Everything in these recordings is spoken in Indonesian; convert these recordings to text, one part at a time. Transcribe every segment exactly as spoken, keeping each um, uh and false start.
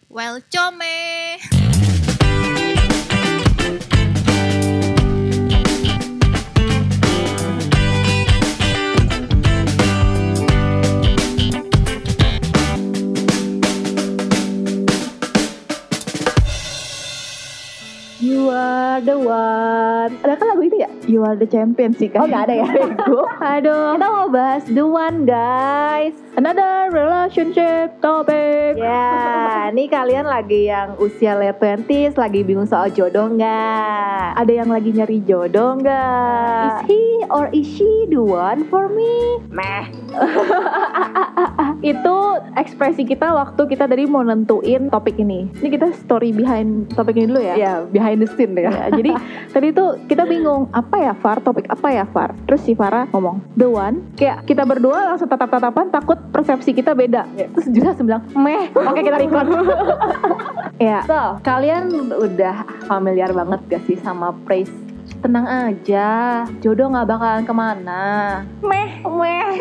Welcome. You are the one. Ada kan lagu itu ya? You are the champion sih kan? Oh gak ada ya? Aduh. Kita mau bahas the one guys. Another relationship topic. Ya, ini kalian lagi yang usia late twenties, lagi bingung soal jodoh gak? Ada yang lagi nyari jodoh nggak? Is he or is she the one for me? Meh. Itu ekspresi kita waktu kita tadi mau nentuin topik ini. Ini kita story behind topik ini dulu ya. Ya, behind the scene ya. Ya, jadi tadi tuh kita bingung apa ya Far, topik apa ya Far. Terus si Farah ngomong the one. Kayak kita berdua langsung tatap-tatapan, takut persepsi kita beda. Terus juga bilang meh. Oke kita record. Ya. So, kalian udah familiar banget gak sih sama phrase tenang aja, jodoh gak bakalan kemana? Meh, meh.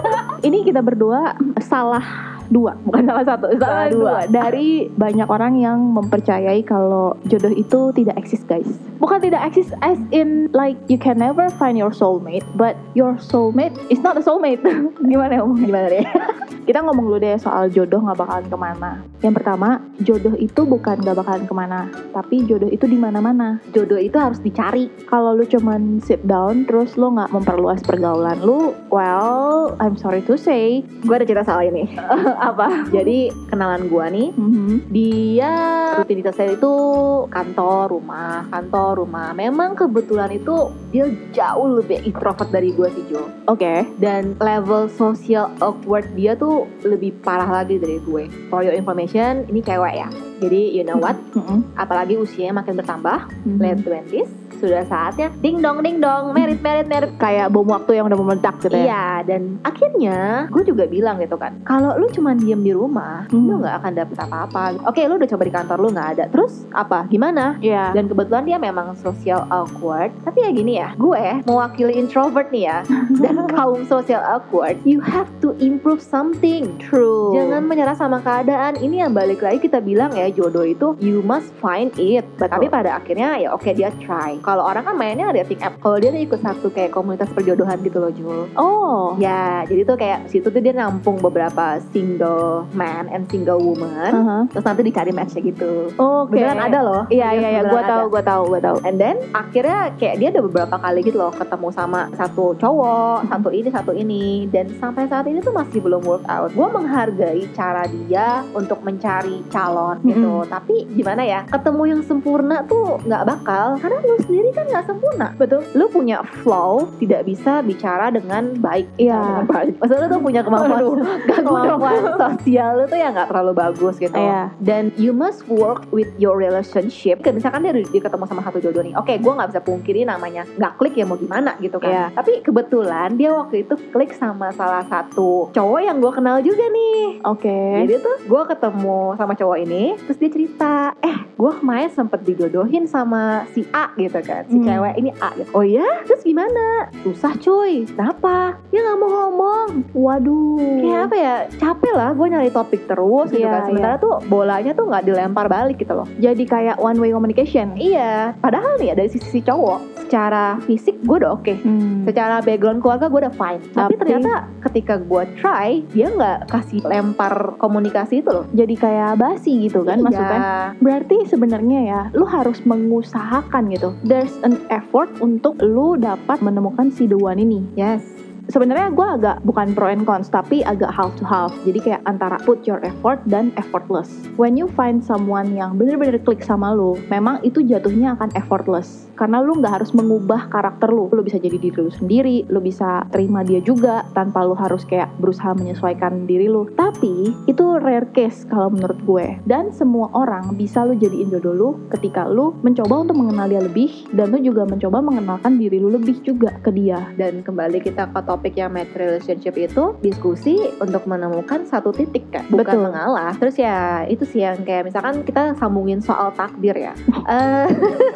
Ini kita berdua salah dua, bukan salah satu, salah, salah dua. dua dari banyak orang yang mempercayai kalau jodoh itu tidak eksis guys. Bukan tidak eksis as in like you can never find your soulmate, but your soulmate is not a soulmate. Gimana ya? Gimana deh? Kita ngomong dulu deh soal jodoh gak bakalan kemana. Yang pertama, jodoh itu bukan gak bakalan kemana, tapi jodoh itu di mana-mana. Jodoh itu harus dicari. Kalau lu cuman sit down terus lu gak memperluas pergaulan lu, well, I'm sorry to say, gue ada cerita soal ini. Apa? Jadi kenalan gue nih, Mm-hmm. dia rutinitasnya itu kantor, rumah, kantor, rumah. Memang kebetulan itu dia jauh lebih introvert dari gue sih Jo. Oke. Okay. Dan level social awkward dia tuh lebih parah lagi dari gue. For your information, ini cewek ya. Jadi you know what? Mm-hmm. Apalagi usianya makin bertambah, Mm-hmm. late twenties, sudah saatnya ding dong ding dong, merit merit merit. Kayak bom waktu yang udah meledak gitu ya. Iya, dan akhirnya gue juga bilang gitu kan, kalau lu cuma diem di rumah, Hmm. lu nggak akan dapet apa-apa. Oke, lu udah coba di kantor, lu nggak ada. Terus apa? Gimana? Iya. Dan kebetulan dia memang social awkward. Tapi ya gini ya, gue mewakili introvert nih ya, dan kaum social awkward. You have to improve something. True. Jangan menyerah sama keadaan. Ini yang balik lagi kita bilang ya, jodoh itu you must find it. Betul. Tapi pada akhirnya ya oke dia try. Kalau orang kan mainnya dating app. Kalau dia tuh ikut satu kayak komunitas perjodohan gitu loh Jul. Oh. Ya, jadi tuh kayak situ tuh dia nampung beberapa single man and single woman. Uh-huh. Terus nanti dicari matchnya gitu. Oke. Beneran ada loh. Iya Serius, iya iya. beneran Gue tahu ada. gue tahu gue tahu. And then akhirnya kayak dia ada beberapa kali gitu loh ketemu sama satu cowok, satu ini satu ini, dan sampai saat ini tuh masih belum work out. Gue menghargai cara dia untuk mencari calon gitu. Mm-hmm. Tapi gimana ya? Ketemu yang sempurna tuh nggak bakal, karena lu sendiri kan nggak sempurna. Betul. Lu punya flow, tidak bisa bicara dengan baik. Iya. Dengan baik. Maksudnya lu tuh punya kemampuan, Aduh, ganggu dong. kemampuan sosial lu tuh ya nggak terlalu bagus gitu. Iya. Dan you must work with your relationship. Kayak misalkan dia, dia ketemu sama satu jodoh nih. Oke, gue nggak bisa pungkiri namanya nggak klik ya mau gimana gitu kan. Iya. Tapi kebetulan dia waktu itu klik sama salah satu cowok yang gue kenal juga nih. Oke. Jadi tuh gue ketemu sama cowok ini, terus dia cerita, eh gue kemarin sempet dijodohin sama si A gitu kan, si Hmm. cewek ini A gitu. Oh ya? Terus gimana? Susah cuy. Kenapa? Dia nggak mau ngomong. Waduh. Kayak apa ya? Capek lah gue nyari topik terus gitu Iya, kan. Sementara tuh bolanya tuh nggak dilempar balik gitu loh. Jadi kayak one way communication. Iya. Padahal nih ya dari sisi si cowok, secara fisik gue udah oke. Hmm. Secara background keluarga gue udah fine. Tapi, Tapi- ternyata ketika gue try, dia nggak kasih lempar komunikasi itu loh. Jadi kayak basi gitu kan Iya. maksudnya. Berarti sebenarnya ya lu harus mengusahakan gitu. There's an effort untuk lu dapat menemukan si the one ini. Yes. Sebenarnya gue agak bukan pro and cons tapi agak half to half. Jadi kayak antara put your effort dan effortless. When you find someone yang bener-bener klik sama lu, memang itu jatuhnya akan effortless. Karena lu nggak harus mengubah karakter lu. Lu bisa jadi diri lu sendiri, lu bisa terima dia juga tanpa lu harus kayak berusaha menyesuaikan diri lu. Tapi itu rare case kalau menurut gue. Dan semua orang bisa lu jadiin jodoh lu ketika lu mencoba untuk mengenal dia lebih dan lu juga mencoba mengenalkan diri lu lebih juga ke dia. Dan kembali kita ke topik yang match relationship itu diskusi untuk menemukan satu titik kan, bukan Betul. mengalah. Terus ya itu sih yang kayak misalkan kita sambungin soal takdir ya. Eh,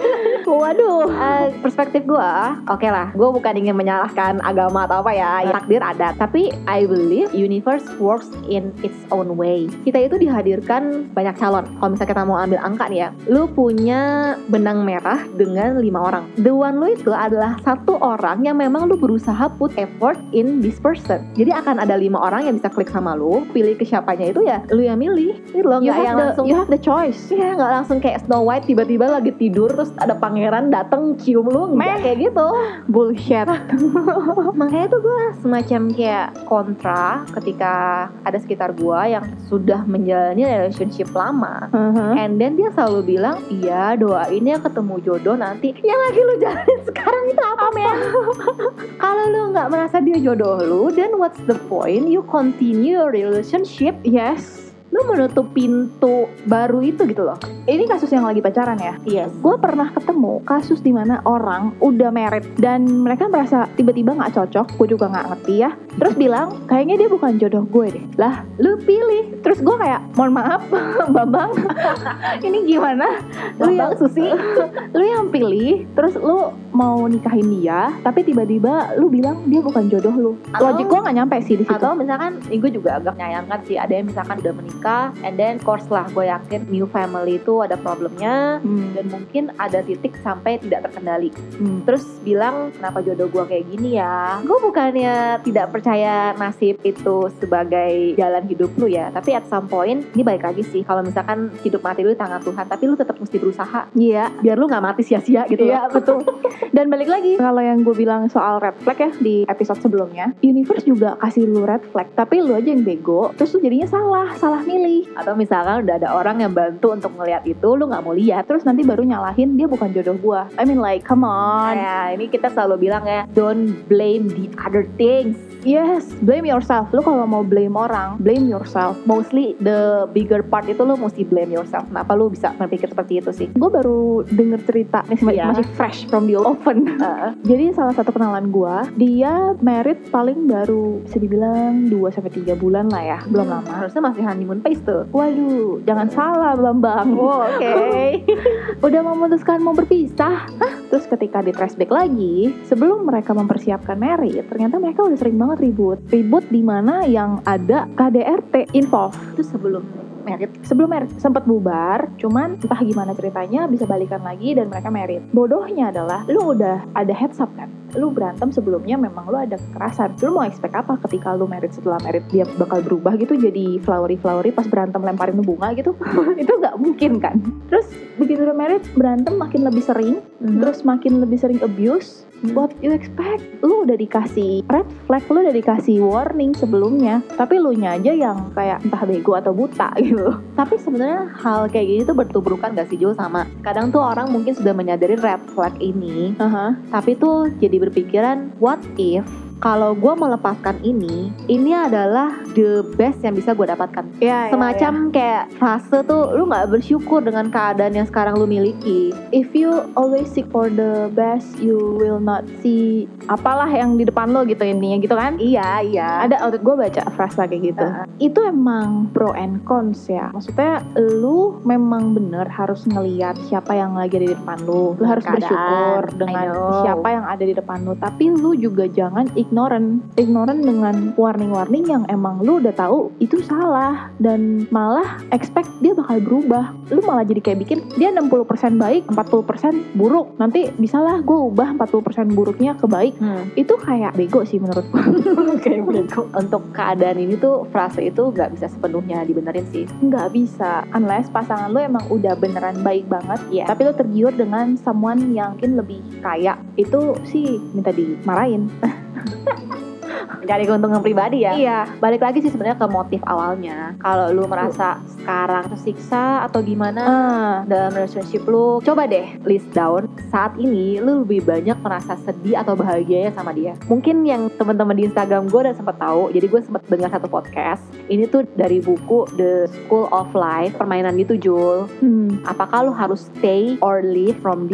Waduh. Uh, perspektif gue, oke okay lah, gue bukan ingin menyalahkan agama atau apa ya, ya takdir ada. Tapi I believe universe works in its own way. Kita itu dihadirkan banyak calon. Kalau misalnya kita mau ambil angka nih ya, lu punya benang merah dengan lima orang. The one lu itu adalah satu orang yang memang lu berusaha put effort in this person. Jadi akan ada lima orang yang bisa klik sama lu. Pilih ke siapanya itu ya lu yang milih. Gitu loh, You nggak have yang the langsung. you have the choice. Iya, nggak langsung kayak Snow White tiba-tiba lagi tidur terus ada pangeran dateng cium lu, nggak kayak gitu. Bullshit. Makanya tuh gue semacam kayak kontra ketika ada sekitar gue yang sudah menjalani relationship lama, Uh-huh. and then dia selalu bilang, iya doain ya ketemu jodoh nanti. Yang lagi lu jalanin sekarang itu apa, men? Kalau lu nggak merasa dia jodoh lu, then what's the point you continue your relationship? Yes. Lu menutup pintu baru itu gitu loh. Ini kasus yang lagi pacaran ya. Yes. Gue pernah ketemu kasus di mana orang udah married dan mereka merasa tiba-tiba nggak cocok. Gue juga nggak ngerti ya. Terus bilang kayaknya dia bukan jodoh gue deh. Lah, lu pilih. Terus gue kayak, mohon maaf, Bambang, ini gimana? Lu yang Susi, lu yang pilih. Terus lu mau nikahin dia, tapi tiba-tiba lu bilang dia bukan jodoh lu. Atau- Logik gue nggak nyampe sih di situ. atau misalkan, ini gue juga agak menyayangkan sih, ada yang misalkan udah menikah, and then of course lah gue yakin new family itu ada problemnya, Hmm. dan mungkin ada titik sampai tidak terkendali. Hmm. Terus bilang, kenapa jodoh gue kayak gini ya? Gue bukannya tidak percaya nasib itu sebagai jalan hidup lu ya, tapi at some point, ini balik lagi sih, kalau misalkan hidup mati lu di tangan Tuhan, tapi lu tetap mesti berusaha, Iya. biar lu gak mati sia-sia gitu. Iya, loh. betul. Dan balik lagi, kalau yang gue bilang soal red flag ya di episode sebelumnya, universe juga kasih lu red flag, tapi lu aja yang bego, terus lu jadinya salah, salah milih. Atau misalkan udah ada orang yang bantu untuk ngeliat itu, lu gak mau lihat. Terus nanti baru nyalahin dia bukan jodoh gue. I mean like, come on. Kayak ini kita selalu bilang ya, don't blame the other things. Yes, blame yourself. Lu kalau mau blame orang, blame yourself. Mostly the bigger part itu lu mesti blame yourself. Kenapa lu bisa berpikir seperti itu sih? Gue baru denger cerita, nih masih, Iya. masih fresh from the oven. Uh, Jadi salah satu kenalan gue, dia married paling baru bisa dibilang dua sampai tiga bulan lah ya, belum lama. harusnya masih honeymoon phase tuh. Waduh, jangan salah Bambang. Oh, oke. Udah memutuskan mau berpisah. Hah? Terus ketika di flashback lagi, sebelum mereka mempersiapkan married, ternyata mereka udah sering banget ribut. Ribut di mana yang ada K D R T involved. Itu sebelum married. Sebelum married sempat bubar, cuman entah gimana ceritanya bisa balikan lagi dan mereka married. Bodohnya adalah lu udah ada heads up kan. Lu berantem sebelumnya memang lu ada kekerasan. Lu mau expect apa ketika lu married, setelah married dia bakal berubah gitu jadi flowery-flowery pas berantem lemparin bunga gitu. Itu nggak mungkin kan. Terus begitu udah married berantem makin lebih sering, Mhm. terus makin lebih sering abuse. What you expect? Lu udah dikasih red flag, lu udah dikasih warning sebelumnya, tapi lu nya aja yang kayak entah bego atau buta gitu. Tapi sebenarnya hal kayak gini tuh bertuburukan gak sih Jo sama? Kadang tuh orang mungkin sudah menyadari red flag ini, Aha. tapi tuh jadi berpikiran, what if kalau gue melepaskan ini, ini adalah the best yang bisa gue dapatkan. Ya, Semacam kayak frase tuh, lu gak bersyukur dengan keadaan yang sekarang lu miliki. if you always seek for the best, you will not see apalah yang di depan lo gitu intinya gitu kan? Iya, iya. Ada audit gue baca frasa kayak gitu. Uh-uh. Itu emang pro and cons ya. Maksudnya lu memang bener harus ngelihat siapa yang lagi ada di depan lu. Lu harus Keadaan. bersyukur I dengan know. siapa yang ada di depan lu. Tapi lu juga jangan ignorant. Ignorant dengan warning-warning yang emang lu udah tahu itu salah dan malah expect dia bakal berubah. Lu malah jadi kayak bikin dia enam puluh persen baik, empat puluh persen buruk. Nanti bisalah gue ubah empat puluh persen buruknya ke baik. Hmm. Itu kayak bego sih menurut gue. Kayak bego. Untuk keadaan ini tuh frase itu gak bisa sepenuhnya dibenerin sih. Nggak bisa, unless pasangan lo emang udah beneran baik banget, Iya. tapi lo tergiur dengan someone yang mungkin lebih kaya, itu sih minta dimarahin. Cari keuntungan pribadi ya. Iya. Balik lagi sih sebenarnya ke motif awalnya. Kalau lu merasa sekarang tersiksa atau gimana Ah, dalam relationship lu, coba deh list down saat ini lu lebih banyak merasa sedih atau bahagianya sama dia. Mungkin yang teman-teman di Instagram gue udah sempat tahu. Jadi gue sempat dengar satu podcast. Ini tuh dari buku The School of Life, permainan gitu Jul. hmm. Apakah lu harus stay or leave from this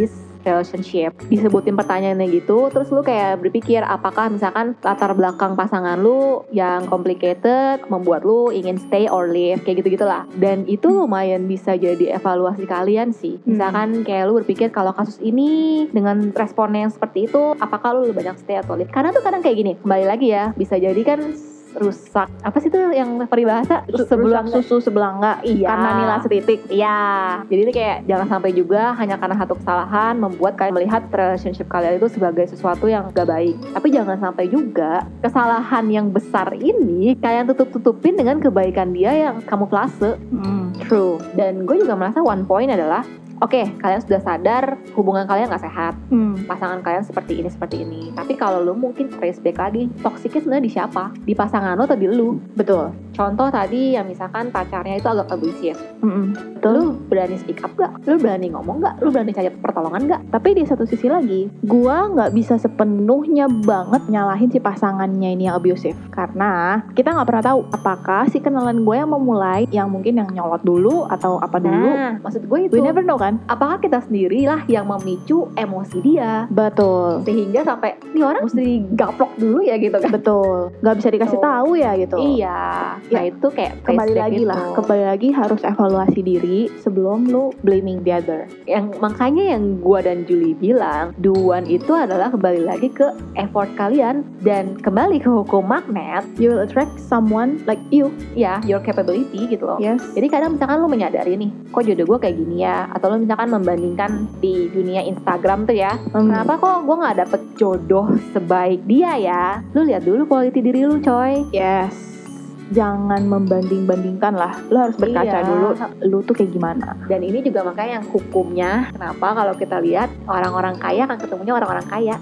relationship. Disebutin pertanyaannya gitu, terus lu kayak berpikir apakah misalkan latar belakang pasangan lu yang complicated membuat lu ingin stay or leave, kayak gitu-gitulah. Dan itu lumayan bisa jadi evaluasi kalian sih. Misalkan kayak lu berpikir kalau kasus ini dengan responnya yang seperti itu, apakah lu lebih banyak stay atau leave? Karena tuh kadang kayak gini, kembali lagi ya, bisa jadi kan rusak apa sih tuh yang peribahasa sebelah susu sebelah enggak, iya, karena nilai setitik. Iya, jadi ini kayak jangan sampai juga hanya karena satu kesalahan membuat kalian melihat relationship kalian itu sebagai sesuatu yang gak baik. Tapi jangan sampai juga kesalahan yang besar ini kalian tutup-tutupin dengan kebaikan dia yang kamu plase. Hmm. True. Dan gue juga merasa one point adalah oke, okay, kalian sudah sadar hubungan kalian gak sehat, hmm. pasangan kalian seperti ini, seperti ini. Tapi kalau lu mungkin trace back lagi, toksiknya sebenarnya di siapa? Di pasangan lu atau di lu? Betul. Contoh tadi yang misalkan pacarnya itu agak abusive. Mm-mm. Betul. Lu berani speak up gak? Lu berani ngomong gak? Lu berani cari pertolongan gak? Tapi di satu sisi lagi, gua nggak bisa sepenuhnya banget nyalahin si pasangannya ini yang abusive. Karena kita nggak pernah tahu apakah si kenalan gue yang memulai, yang mungkin yang nyolot dulu atau apa dulu. Nah, maksud gue itu, we never know kan? apakah kita sendirilah yang memicu emosi dia? Betul. Sehingga sampai, nih orang mesti digaplok dulu ya gitu kan? Betul. Nggak bisa dikasih Betul. tahu ya gitu. Iya. Ya, nah itu kayak kembali flashback lagi gitu. lah, kembali lagi harus evaluasi diri sebelum lu blaming the other. Yang makanya yang gua dan Julie bilang, do one itu adalah kembali lagi ke effort kalian dan kembali ke hukum magnet. You will attract someone like you. Ya, your capability gitu loh. Yes. Jadi kadang misalkan lu menyadari nih, kok jodoh gue kayak gini ya, atau lu misalkan membandingkan di dunia Instagram tuh ya, Hmm. kenapa kok gue nggak dapet jodoh sebaik dia ya? Lu lihat dulu quality diri lu, coy. Yes. Jangan membanding-bandingkan lah. Lu harus berkaca Iya. dulu, lu tuh kayak gimana. Dan ini juga makanya yang hukumnya, kenapa kalau kita lihat orang-orang kaya kan ketemunya orang-orang kaya.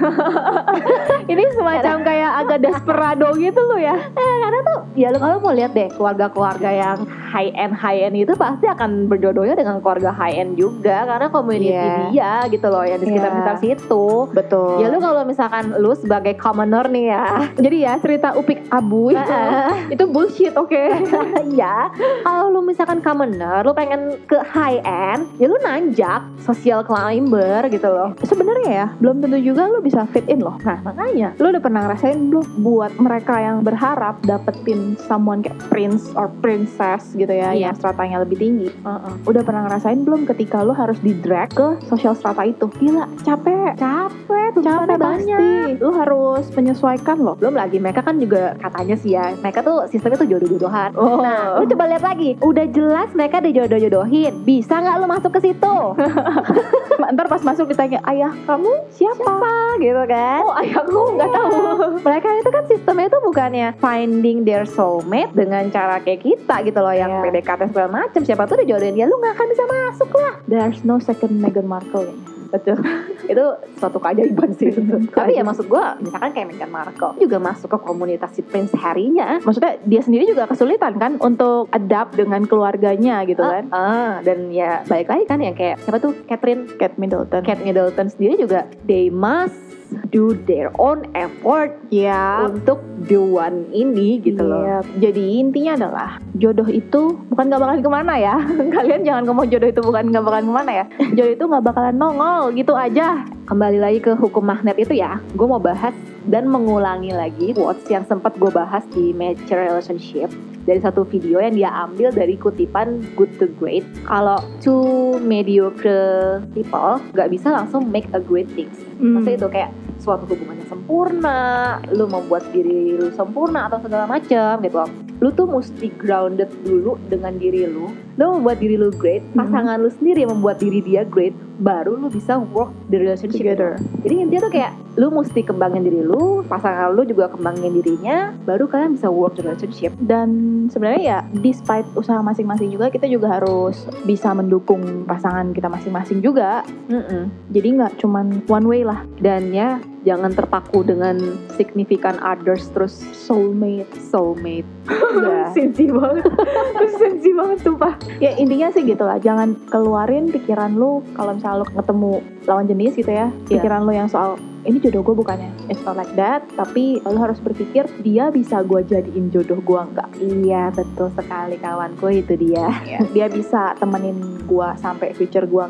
Ini semacam kayak agak desperado gitu loh ya. Eh, karena tuh ya lu kalau mau lihat deh keluarga-keluarga yang high end high end itu pasti akan berjodohnya dengan keluarga high end juga karena community Yeah. dia gitu loh yang di sekitar-sekitar situ. Betul. Ya lu kalau misalkan lu sebagai commoner nih ya, Jadi ya cerita Upik Abu itu itu bullshit, oke? ya kalau lu misalkan commoner, lu pengen ke high end, ya lu nanjak social climber gitu loh. Sebenarnya ya belum tentu juga lu bisa fit in loh. Nah makanya Lu udah pernah ngerasain belum buat mereka yang berharap dapetin someone kayak prince or princess gitu ya, Iya. yang stratanya lebih tinggi. uh-uh. Udah pernah ngerasain belum ketika lu harus di drag ke sosial strata itu? Gila, capek. capek tuh Capek pasti. Lu harus menyesuaikan loh. Belum lagi mereka kan juga katanya sih ya, mereka tuh sistemnya tuh jodoh-jodohan. Oh. Nah, lu coba lihat lagi, udah jelas mereka dijodoh-jodohin, bisa nggak lu masuk ke situ? Ntar pas masuk ditanya, ayah kamu siapa? Siapa gitu kan? Oh, ayahku nggak tahu. Mereka itu kan sistemnya itu bukannya finding their soulmate dengan cara kayak kita gitu loh, yang Iya. P D K T segala macam. Siapa tuh dijodohin dia, lu nggak akan bisa masuk lah. There's no second Meghan Markle ya. Betul. Itu suatu keajaiban sih. Hmm, Tapi ya maksud gue, misalkan kayak Meghan Markle juga masuk ke komunitas si Prince Harry-nya. Maksudnya dia sendiri juga kesulitan kan untuk adapt dengan keluarganya gitu kan. Ah, dan ya balik lagi kan yang kayak siapa tuh Catherine Kate Middleton. Kate Middleton sendiri juga they must do their own effort Ya. untuk the one ini gitu loh. Iya. Jadi intinya adalah jodoh itu bukan gak bakalan kemana ya. Kalian jangan ngomong jodoh itu bukan gak bakalan kemana ya. Jodoh itu gak bakalan nongol gitu aja. Kembali lagi ke hukum magnet itu ya, gue mau bahas dan mengulangi lagi quotes yang sempat gue bahas di Mature Relationship dari satu video yang dia ambil dari kutipan Good to Great. Kalau two mediocre people gak bisa langsung make a great things. Hmm. Maksudnya itu kayak suatu hubungan yang sempurna, lu membuat diri lu sempurna atau segala macam gitu loh. Lu tuh mesti grounded dulu dengan diri lu. Lu membuat diri lu great, pasangan lu sendiri yang membuat diri dia great, baru lu bisa work the relationship Together. Jadi intinya tuh kayak lu mesti kembangin diri lu, pasangan lu juga kembangin dirinya, baru kalian bisa work the relationship. Dan sebenarnya ya despite usaha masing-masing juga, kita juga harus bisa mendukung pasangan kita masing-masing juga. Mm-mm. Jadi nggak cuman one way lah. Dan ya jangan terpaku dengan significant others terus Soulmate. soulmate. Ya. Sensi banget. Sensi banget sumpah. Ya intinya sih gitu lah. Jangan keluarin pikiran lu kalau misalnya lu ketemu lawan jenis gitu ya. Iya. Pikiran lu yang soal ini jodoh gue bukannya. It's not like that. Tapi lu harus berpikir dia bisa gue jadiin jodoh gue nggak. Iya betul sekali kawanku, itu dia. Dia bisa temenin gue sampai future gue nggak.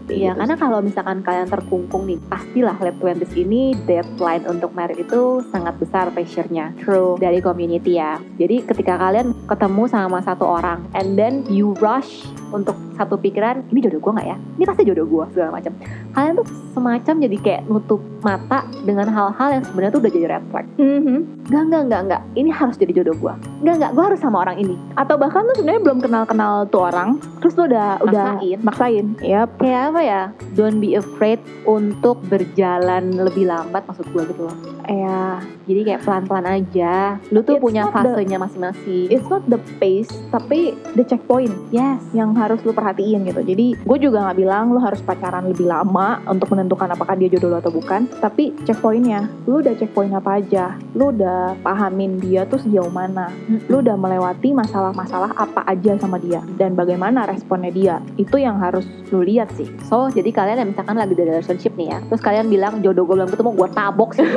Iya, gitu karena sih. kalau misalkan kalian terkungkung nih, pastilah late twenties ini deadline untuk married itu sangat besar pressure-nya True. dari community ya. Jadi ketika kalian ketemu sama satu orang and then you rush untuk satu pikiran, ini jodoh gue nggak ya? Ini pasti jodoh gue segala macam. Kalian tuh semacam jadi kayak nutup mata dengan hal-hal yang sebenarnya tuh udah jadi red flag. Mhm. Enggak, enggak, enggak, enggak. Ini harus jadi jodoh gue. Enggak, enggak. Gue harus sama orang ini. Atau bahkan lu sebenarnya belum kenal-kenal tuh orang, terus lu udah Maksain. udah maksain. Yap. Kayak apa ya? Don't be afraid untuk berjalan lebih lambat maksud gue gitu loh. Ya, Jadi kayak pelan-pelan aja. Lu tuh It's punya not the- fasenya masing-masing. it's not the pace, tapi the checkpoint Yes. yang harus lu perhatiin gitu. Jadi gue juga nggak bilang lu harus pacaran lebih lama untuk menentukan apakah dia jodoh lu atau bukan, tapi checkpointnya, lu udah checkpoint apa aja, lu udah pahamin dia tuh sejauh mana, lu udah melewati masalah-masalah apa aja sama dia, dan bagaimana responnya dia, itu yang harus lu lihat sih. So, jadi kalian yang misalkan lagi di relationship nih ya, terus kalian bilang jodoh gue belum ketemu, gue tabok sih.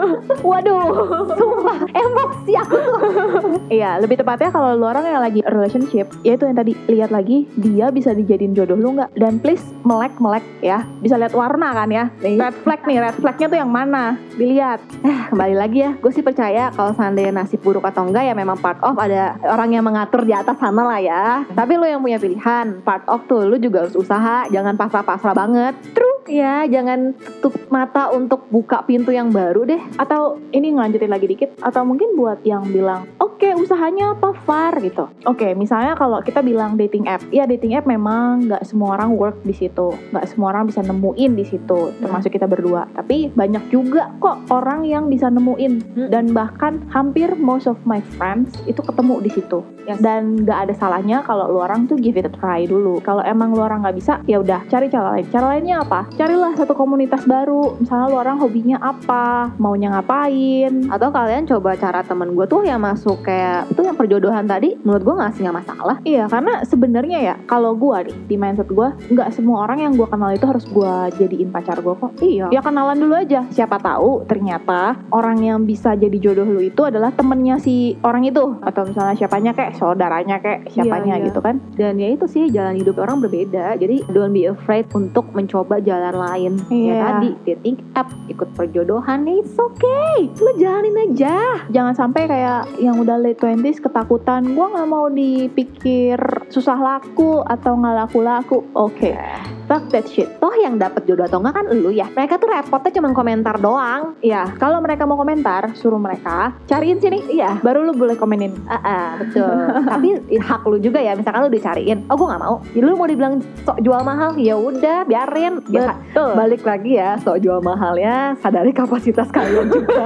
Waduh, sumpah, emosi aku tuh. Iya, lebih tepatnya kalau lu orang yang lagi relationship, ya itu yang tadi, lihat lagi dia bisa dijadiin jodoh lu nggak, dan please melek melek ya, bisa lihat warna kan ya, red flag nih, red flagnya tuh yang mana, dilihat. Kembali lagi ya, gue sih percaya kalau seandainya nasib buruk atau enggak ya memang part of ada orang yang mengatur di atas sana lah ya. Tapi lu yang punya pilihan, part of tuh lu juga harus usaha, jangan pasrah-pasrah banget. True. Ya, jangan tutup mata untuk buka pintu yang baru deh. Atau ini ngelanjutin lagi dikit, atau mungkin buat yang bilang, oke okay, usahanya apa Far gitu. Oke, okay, misalnya kalau kita bilang dating app, ya dating app memang nggak semua orang work di situ, nggak semua orang bisa nemuin di situ, termasuk kita berdua. Tapi banyak juga kok orang yang bisa nemuin, Hmm. dan bahkan hampir most of my friends itu ketemu di situ. Yes. Dan nggak ada salahnya kalau lu orang tuh give it a try dulu. Kalau emang lu orang nggak bisa, ya udah cari cara lain. Cara lainnya apa? Carilah satu komunitas baru. Misalnya lu orang hobinya apa, maunya ngapain. Atau kalian coba cara temen gue tuh yang masuk kayak itu yang perjodohan tadi, menurut gue nggak sih nggak masalah. Iya, karena sebenarnya ya kalau gua nih di mindset gua, nggak semua orang yang gua kenal itu harus gua jadiin pacar gua kok. Iya. Ya kenalan dulu aja. Siapa tahu ternyata orang yang bisa jadi jodoh lu itu adalah temennya si orang itu, atau misalnya siapanya kayak saudaranya kayak siapanya Iya, iya. gitu kan. Dan ya itu sih, jalan hidup orang berbeda. Jadi don't be afraid untuk mencoba jalan lain. Ya Iya. tadi dating app, ikut perjodohan, it's okay. Lu jalanin aja. Jangan sampai kayak yang udah late twenties ketakutan, gua nggak mau dipikir susah laku atau nggak laku-laku. Oke, fuck that shit. Toh yang dapat jodoh atau enggak kan lu ya. Mereka tuh repotnya cuma komentar doang. Ya, kalau mereka mau komentar, suruh mereka cariin sini. Iya. Baru lu boleh komenin. Ah, ah, betul. Tapi hak lu juga ya. Misalkan lu dicariin, oh gue nggak mau. Ya, lu mau dibilang sok jual mahal, ya udah biarin. Ya, Betul. balik lagi ya, sok jual mahalnya sadari kapasitas kalian juga.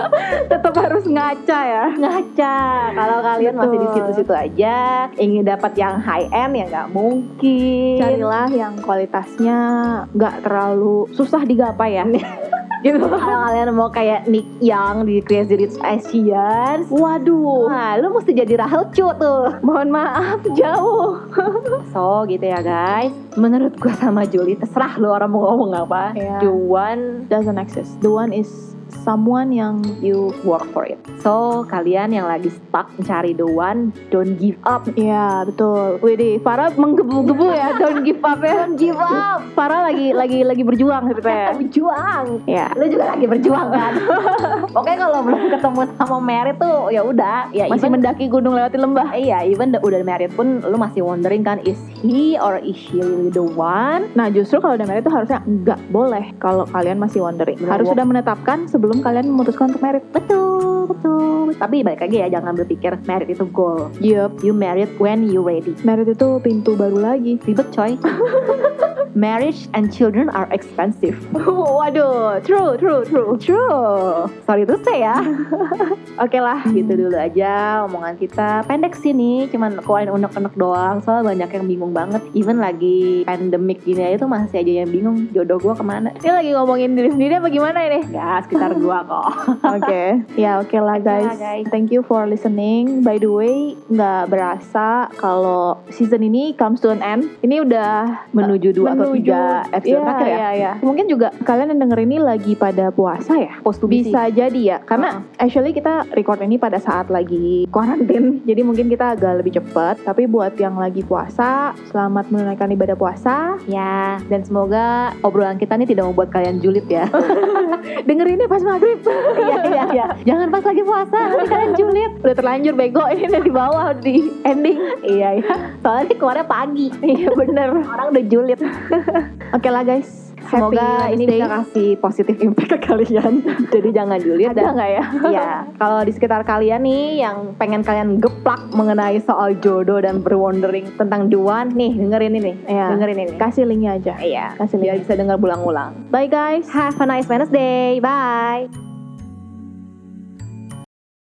Tetap harus ngaca ya. Ngaca. Kalau kalian masih di Betul. situ-situ aja, ingin dapat yang high end ya nggak mungkin. Carilah yang kualitasnya nggak terlalu susah digapai ya. Gitu. Kalau kalian mau kayak Nick Young di Crazy Rich Asians, Waduh, nah lu mesti jadi Rahel Chu tuh. mohon maaf jauh. So gitu ya guys. Menurut gue sama Julie, terserah lu orang mau ngomong apa. Iya. The one Doesn't exist. The one is someone yang you work for it. So, kalian yang lagi stuck mencari the one, don't give up. Iya betul. Widih, Farah menggebu-gebu ya. Don't give up ya. Don't give up. Farah lagi lagi lagi berjuang ceritanya. Berjuang. Ya. Lu juga lagi berjuang kan? Oke, kalau belum ketemu sama Merit tuh, ya udah. Ya, Masih even- mendaki gunung lewati lembah. Iya, even the- udah married pun lu masih wondering kan, is he or is she really the one? Nah justru kalau udah married itu harusnya nggak boleh kalau kalian masih wondering. Bener, Harus Wok. sudah menetapkan sebelum kalian memutuskan untuk married. Betul, betul. Tapi balik lagi ya, jangan berpikir married itu goal. Yup. You married when you ready. Married itu pintu baru lagi. Ribet coy. Marriage and children are expensive. Waduh, true, true, true. True. Sorry to say ya. Oke lah. Gitu dulu aja omongan kita. Pendek sih nih, cuman keluarin unek-unek doang. Soalnya banyak yang bingung banget. Even lagi pandemic gini aja tuh masih aja yang bingung. Jodoh gue kemana? Ini lagi ngomongin diri sendiri apa gimana ini? Ya sekitar gua kok. Oke, ya oke lah guys. lah, guys. Thank you for listening. By the way, nggak berasa kalau season ini comes to an end. Ini udah Menuju dua atau tiga episode Iya, terakhir ya. iya, iya. Mungkin juga kalian yang denger ini lagi pada puasa ya. Post to be Bisa jadi ya, karena actually kita record ini pada saat lagi quarantine, jadi mungkin kita agak lebih cepat. Tapi buat yang lagi puasa, selamat menunaikan ibadah puasa. Ya, dan semoga obrolan kita ini tidak membuat kalian julid ya. Dengerinnya pas maghrib. Iya, iya, iya. Jangan pas lagi puasa, nanti kalian julid. Udah terlanjur bego, ini udah di bawah di ending. Iya, iya. Soalnya keluarnya pagi. Iya bener. Orang udah julid. Oke lah guys. Semoga Happy ini Wednesday. bisa kasih positif impact ke kalian. Jadi jangan julid. Ada nggak ya? Iya, kalau di sekitar kalian nih yang pengen kalian geplak mengenai soal jodoh dan berwondering tentang the one, nih dengerin ini, Iya. dengerin ini. Kasih linknya aja. Iya, Kasih biar linknya. bisa denger berulang-ulang. Bye guys. Have a nice Wednesday. Bye.